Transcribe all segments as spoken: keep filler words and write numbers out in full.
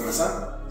começar?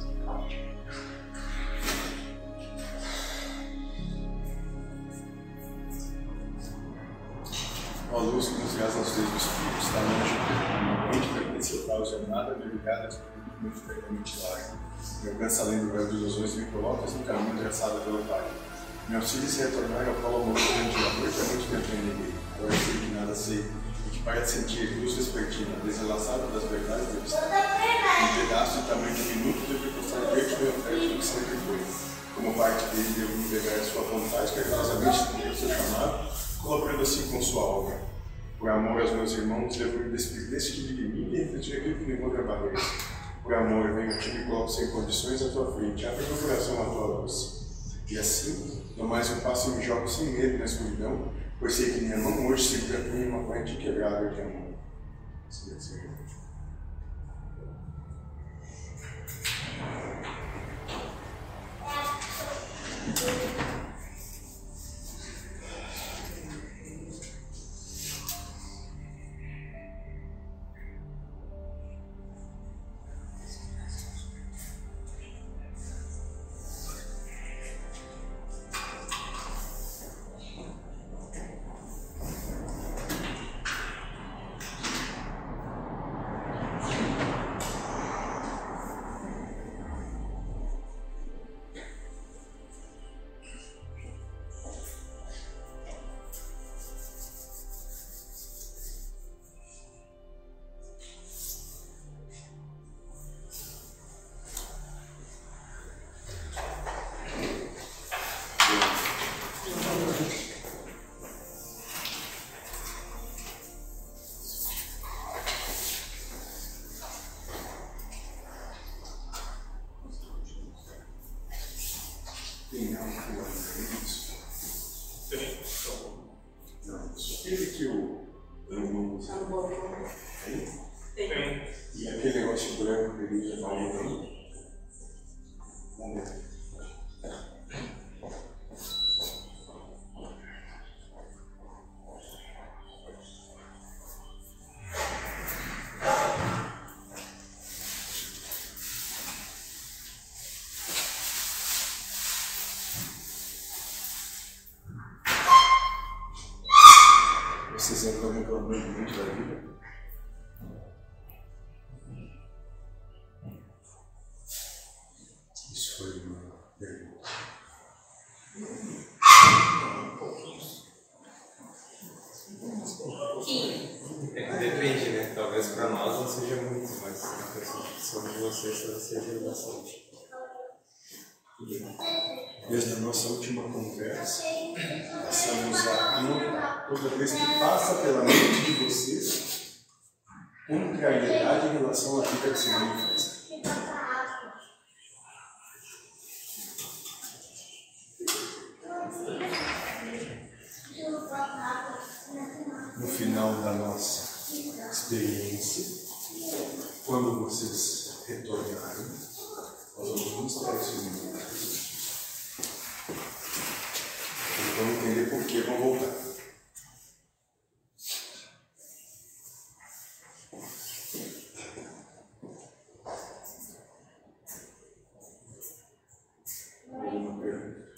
Ó, luz que nos traz aos dedos do Espírito, está longe, uma ponte principal jornada dedicada a muito perfeitamente largo. Me alcança além do véu de ilusões e me colocas no caminho traçado pelo Pai. Me auxilia se retornar ao polo amoroso de amor que realmente me atrai ninguém. Agora sei que nada sei, e que para de sentir luz vespertina, desenlaçada das verdades do obstáculo. Um pedaço de tamanho diminuto deve custar verde meu fértil que sempre foi. Como parte dele, devo me pegar a sua vontade, carinhosamente cumprir o seu chamado, colaborando assim com sua obra. Por amor aos meus irmãos, devo me despedir desse que vive em mim e refletir aquilo que me encontra barreiras. Por amor, venho a ti e coloco sem condições à tua frente, abre meu coração à tua luz. E assim, no mais eu passo e me jogo sem medo na escuridão, pois sei que minha mão hoje segura por mim uma corrente quebrada de amor. Sim, sim. Tem algo que eu amo isso? Tem. Não, aquele que eu amo. Tem? Tem. E aquele negócio branco que ele já falou também? Vamos ver. Vocês estão reclamando muito da vida? Isso foi uma pergunta. Depende, né? Talvez para nós não seja muito, mas na percepção de vocês talvez seja bastante. Desde a nossa última conversa, passamos a uma, toda vez que passa pela mente de vocês, contrariedade em relação à vida que se manifesta. No final da nossa experiência, quando vocês retornarem, nós vamos mostrar esses momentos. Vocês vão entender por que vão voltar. Alguma pergunta?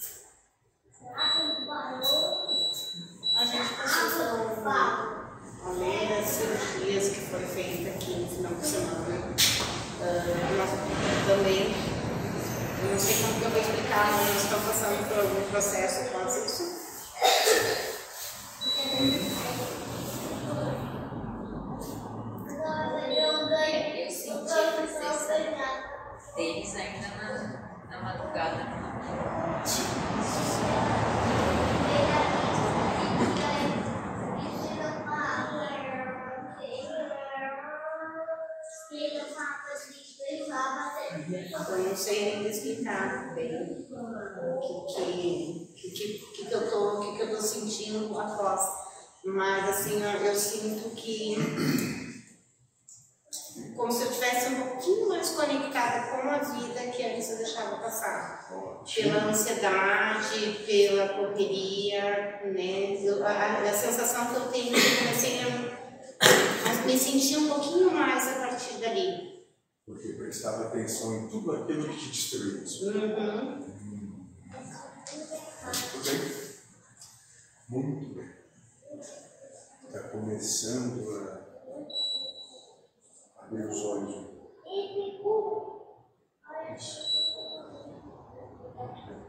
A gente passou por além das cirurgias que foram feitas aqui no final de semana, uh, nós também, eu não sei como que eu vou explicar, mas nós estamos passando por algum processo pós-isso. Eu senti a presença deles ainda na, na madrugada. Eu não sei nem explicar bem o que, que, que, que, que eu tô, o que, que eu tô sentindo após, mas assim, eu, eu sinto que como se eu estivesse um pouquinho mais conectada com a vida que antes eu deixava passar. Pela ansiedade, pela correria, né? Eu, a, a sensação que eu tenho é que eu comecei a, a me sentir um pouquinho mais a partir dali. Porque prestava atenção em tudo aquilo que te destruiu. Uhum. Muito bem? Muito bem. Está começando a abrir os olhos. Isso. Muito bem.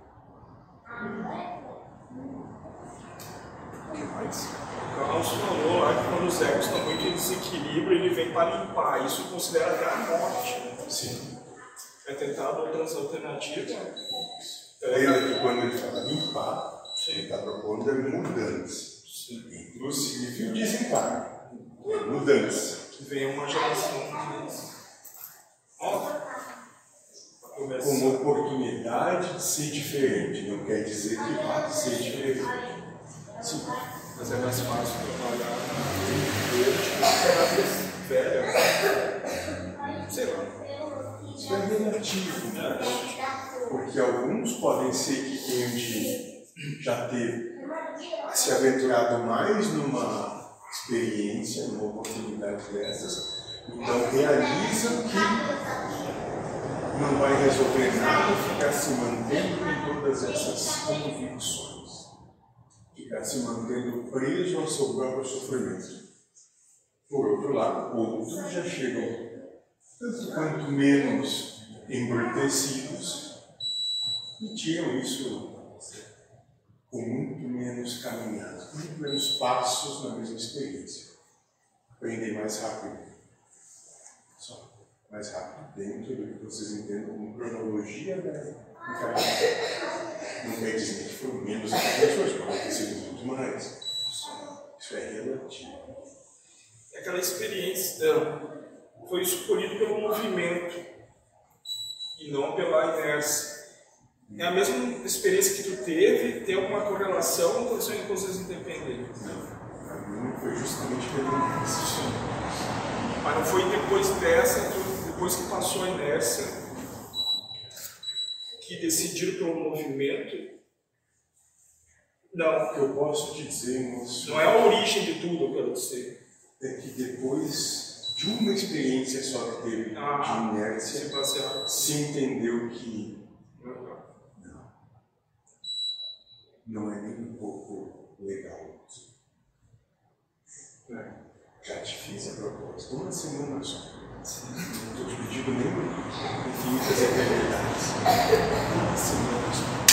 O que mais? O Carlos falou lá que quando os egos estão muito em desequilíbrio, ele vem para limpar. Isso considera até a morte. Né? Sim. É tentar outras alternativas. Lembra que quando ele fala limpar, Sim. ele está propondo a mudança. Inclusive o desencarne. Mudança. Vem uma geração de... Ó, Como oportunidade de ser diferente. Não quer dizer que vai ser diferente. Sim. Mas é mais fácil trabalhar na velha. Sei lá. Isso é relativo, né? Porque alguns podem ser que tenham de já ter se aventurado mais numa experiência, numa oportunidade dessas, então realizam que não vai resolver nada ficar se mantendo com todas essas convicções. Ficar se mantendo preso ao seu próprio sofrimento. Por outro lado, outros já chegam tanto quanto menos embrutecidos e tiram isso com muito menos caminhadas, muito menos passos na mesma experiência. Aprendem mais rápido. Só mais rápido dentro do que vocês entendem como cronologia da encarnação. Não quer dizer que foram menos pessoas, pode ter sido muito mais. Isso é relativo. Aquela experiência foi escolhida pelo movimento e não pela inércia. É a mesma experiência que tu teve, tem alguma correlação ou são coisas independentes? Não, a minha foi justamente pela inércia. Mas não foi depois dessa, depois que passou a inércia, que decidiram pelo movimento? Não. O que eu posso te dizer, moço, não é a origem de tudo, eu quero dizer. É que depois de uma experiência só que teve ah, de inércia, se, se entendeu que não é nem um pouco legal. É. Já te fiz a proposta, uma semana só. Não estou te pedindo nem infinitas eternidades. Uma semana só.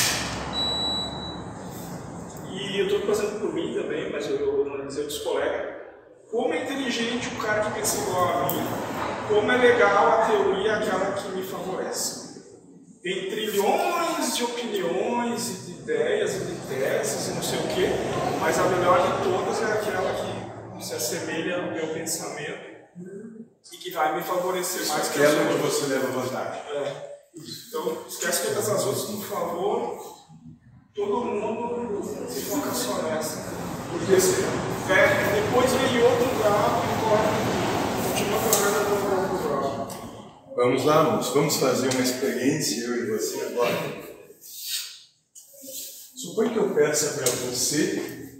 E eu estou passando por mim também, mas eu analisei outros colegas. Como é inteligente o cara que pensa igual a mim, como é legal a teoria aquela que me favorece. Tem trilhões de opiniões e de ideias e de teses e não sei o quê, mas a melhor de todas é aquela que se assemelha ao meu pensamento e que vai me favorecer mais. Que é onde você leva vantagem. É. Então, esquece todas as outras, por favor. Todo mundo se foca só nessa. Porque se, é, depois vem outro grau e continua fazendo outro grau. Vamos lá, moço. Vamos fazer uma experiência, eu e você agora. Suponha que eu peça para você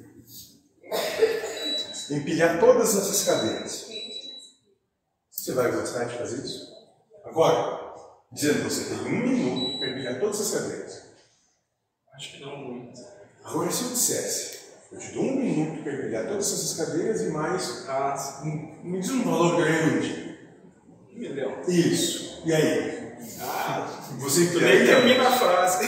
empilhar todas essas cadeiras. Você vai gostar de fazer isso? Agora, dizendo que você tem um minuto para empilhar todas essas cadeiras. Acho que não muito. Agora, se eu dissesse, eu te dou um minuto para empilhar todas essas cadeiras e mais, ah, um, me diz um valor grande. Um milhão. Isso. E aí? Ah, você tu nem termina a frase.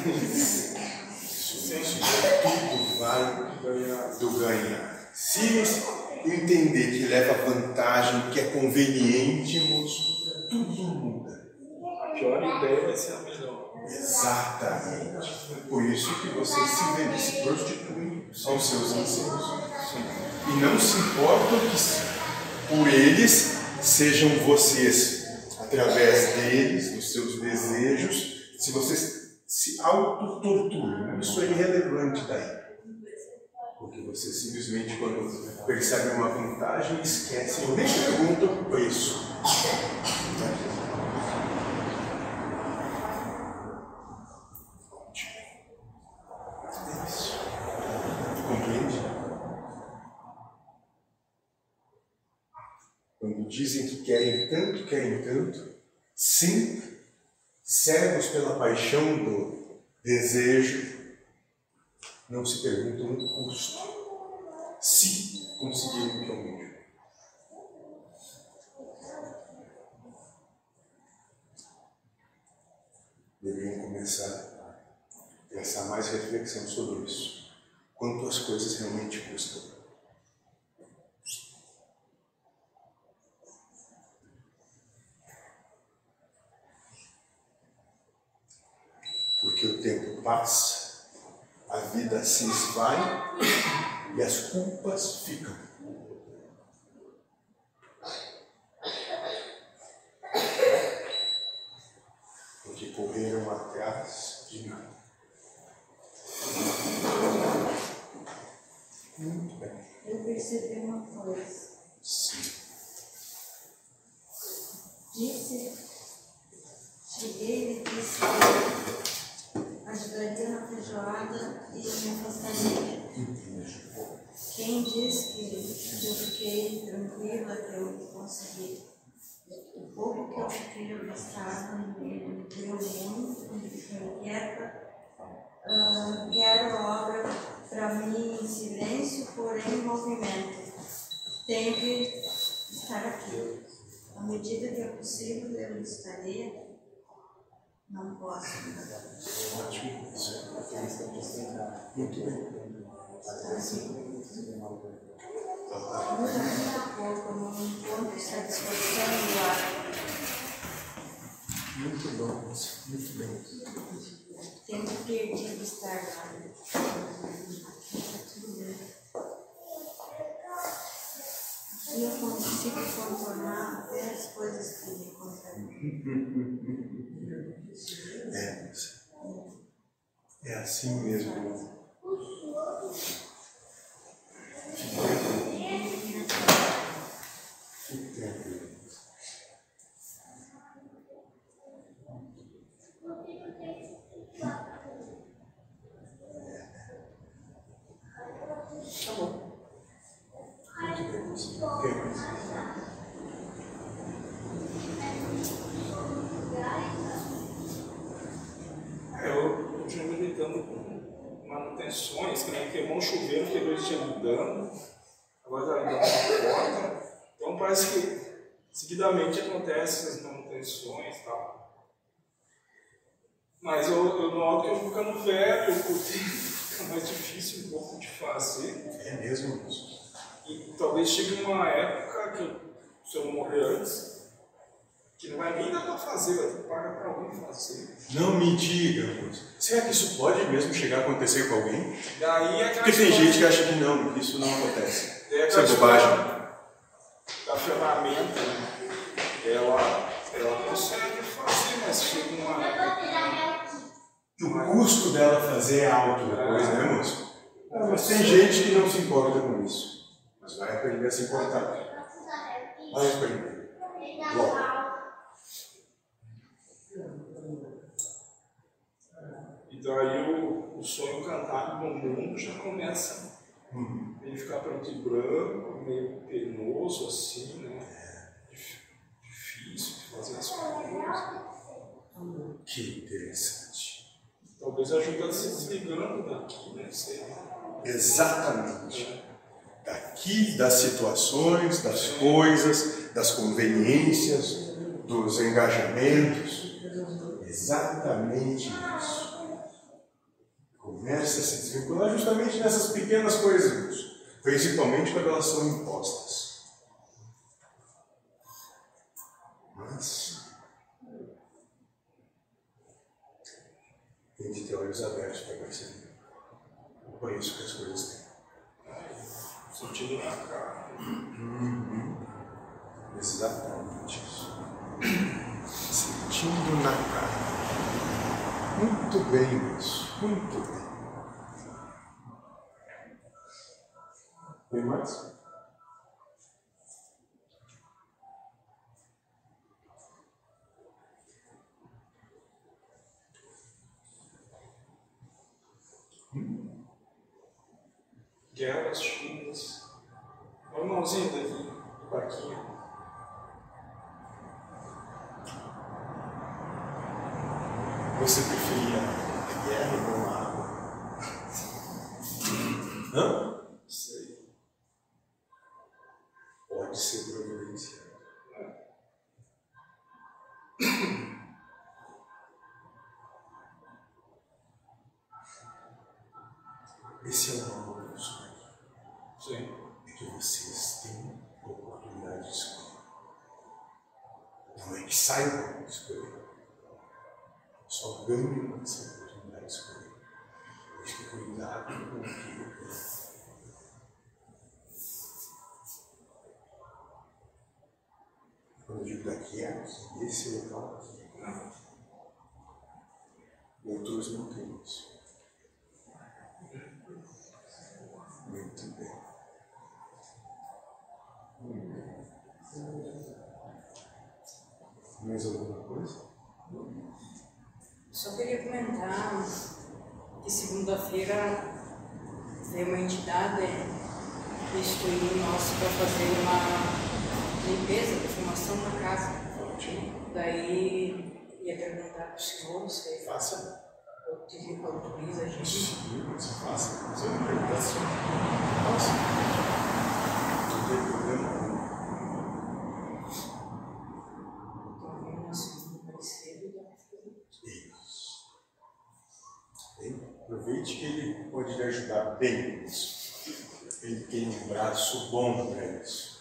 Tudo vai do ganhar. Se entender que leva vantagem, que é conveniente, moço, tudo muda. A pior ideia vai ser a melhor. Exatamente. Por isso que você se vê, se prostitui aos seus anseios. E não se importa que por eles sejam vocês, através deles, dos seus desejos, se vocês se autotorturam. Isso é irrelevante daí. Porque você simplesmente, quando percebe uma vantagem, esquece ou nem pergunta o preço. Compreende? Quando dizem que querem tanto, querem tanto, sempre cegos pela paixão do desejo, não se perguntam o custo, se conseguirem o que almejam. Deveriam começar a pensar mais reflexão sobre isso. Quanto as coisas realmente custam. Porque o tempo passa, a vida se esvai e as culpas ficam. Porque correram atrás de nada. Muito bem. Eu percebi uma coisa. Sim. Disse, cheguei e disse que ajudaria na feijoada e me afastaria. Quem disse que eu fiquei tranquila, que eu consegui? O pouco que eu fiquei afastada me deu muito, me fiquei inquieta. Uh, quero obra para mim em silêncio, porém em movimento. Tenho que estar aqui. À medida que é possível, eu estarei. Não posso. Ótimo. Muito bem. Muito a pouco, eu não encontro satisfação no ar. Muito bom, muito bem. Tenho perdido estar lá. Está tudo bem. E eu consigo contornar até as coisas que me contornam. É, é assim mesmo. Fique tranquilo. Tá bom. Muito bem, você. Quem mais? Eu continuo lidando com manutenções, que nem queimou um chuveiro, que dois dias mudando, agora está lidando com a porta. Então parece que seguidamente acontecem as manutenções e tal. Mas eu, eu noto que eu ficando velho, o tempo fica mais difícil um pouco de fazer. É mesmo isso. E talvez chegue uma época que, se eu não morrer antes, que não vai nem dar para fazer, vai ter que pagar para alguém fazer. Não me diga, moço. Será que isso pode mesmo chegar a acontecer com alguém? Daí é Porque tem gente que acha que não, que isso não acontece. É Isso é bobagem. Da ferramenta, né? ela, ela consegue fazer, mas chega uma época. O custo dela fazer é alto depois, né, moço? Ah, mas tem gente que não se importa com isso. Mas vai aprender a se importar. Vai aprender. Logo. E daí o, o sonho cantado no mundo já começa Hum. a ficar preto e branco, meio penoso assim, né? Difícil de fazer as coisas. Que interessante. Talvez ajude a se desligando daqui, né? Sei. Exatamente. Daqui, das situações, das coisas, das conveniências, dos engajamentos. Exatamente isso. Começa a se desvincular justamente nessas pequenas coisas, principalmente quando elas são impostas. Mas tem de ter olhos abertos para perceber. É por isso que as coisas têm. Sentindo na cara. Uhum. Exatamente isso. Sentindo na cara. Muito bem isso. Muito bem. Tem mais? Hum? Guerras, chuvas. É o irmãozinho daqui, do barquinho. Você preferia a guerra ou a água? Hã? Não sei. Pode ser providenciado. Esse é o nome do sonho. Sim. É que vocês têm a oportunidade de escolher. Não é que saibam escolher. Só ganham essa oportunidade de escolher. Por isso que cuidado com o que eu quero. Quando eu digo daqui é aqui, esse local aqui. Outros não têm isso. Muito bem. Mais alguma coisa? Só queria comentar que segunda-feira veio uma entidade instruir nós para fazer uma limpeza, defumação na casa. Daí ia perguntar para o senhor se Faça. autoriza a gente. Sim, você faça. Você não pergunta assim. Faça. Não tem problema nenhum. Então, vem uma segunda mais cedo e dá para fazer. Isso. Bem, aproveite que ele pode lhe ajudar bem nisso. Ele tem um braço bom para isso.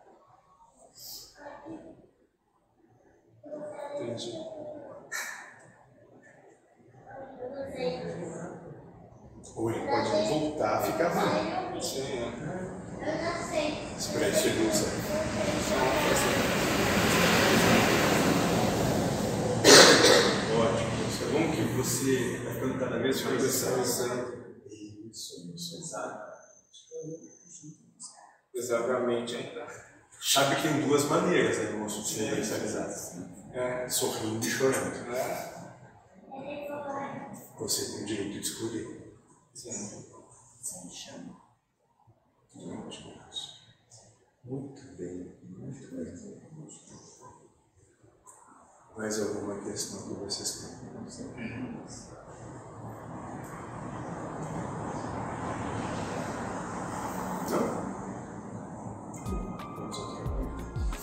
Entendi. Ou ele pode voltar a ficar mal. Sim, é. Expresse ele usa. Ótimo. Isso é bom que você vai ficando cada vez mais interessante. Isso, isso, exato. Exatamente, ainda. Sabe que tem duas maneiras, né, moço, de se especializar. É. Sorrindo e chorando. É. Você tem o direito de escolher. Sim. Muito bem, muito bem. Mais alguma questão que vocês têm? Não? Vamos ao trabalho.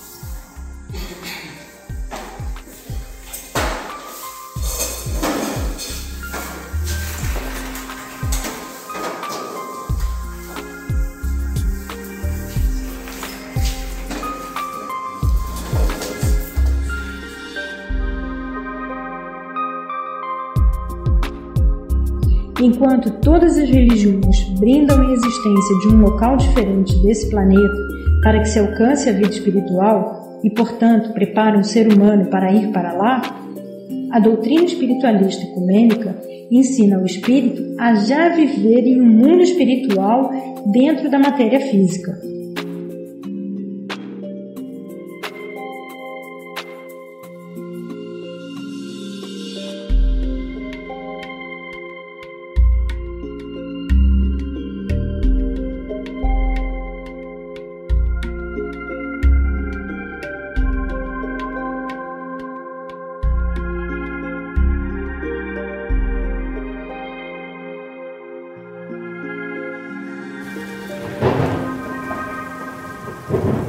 Enquanto todas as religiões brindam a existência de um local diferente desse planeta para que se alcance a vida espiritual e, portanto, preparam o ser humano para ir para lá, a doutrina espiritualista ecumênica ensina o espírito a já viver em um mundo espiritual dentro da matéria física. Thank you.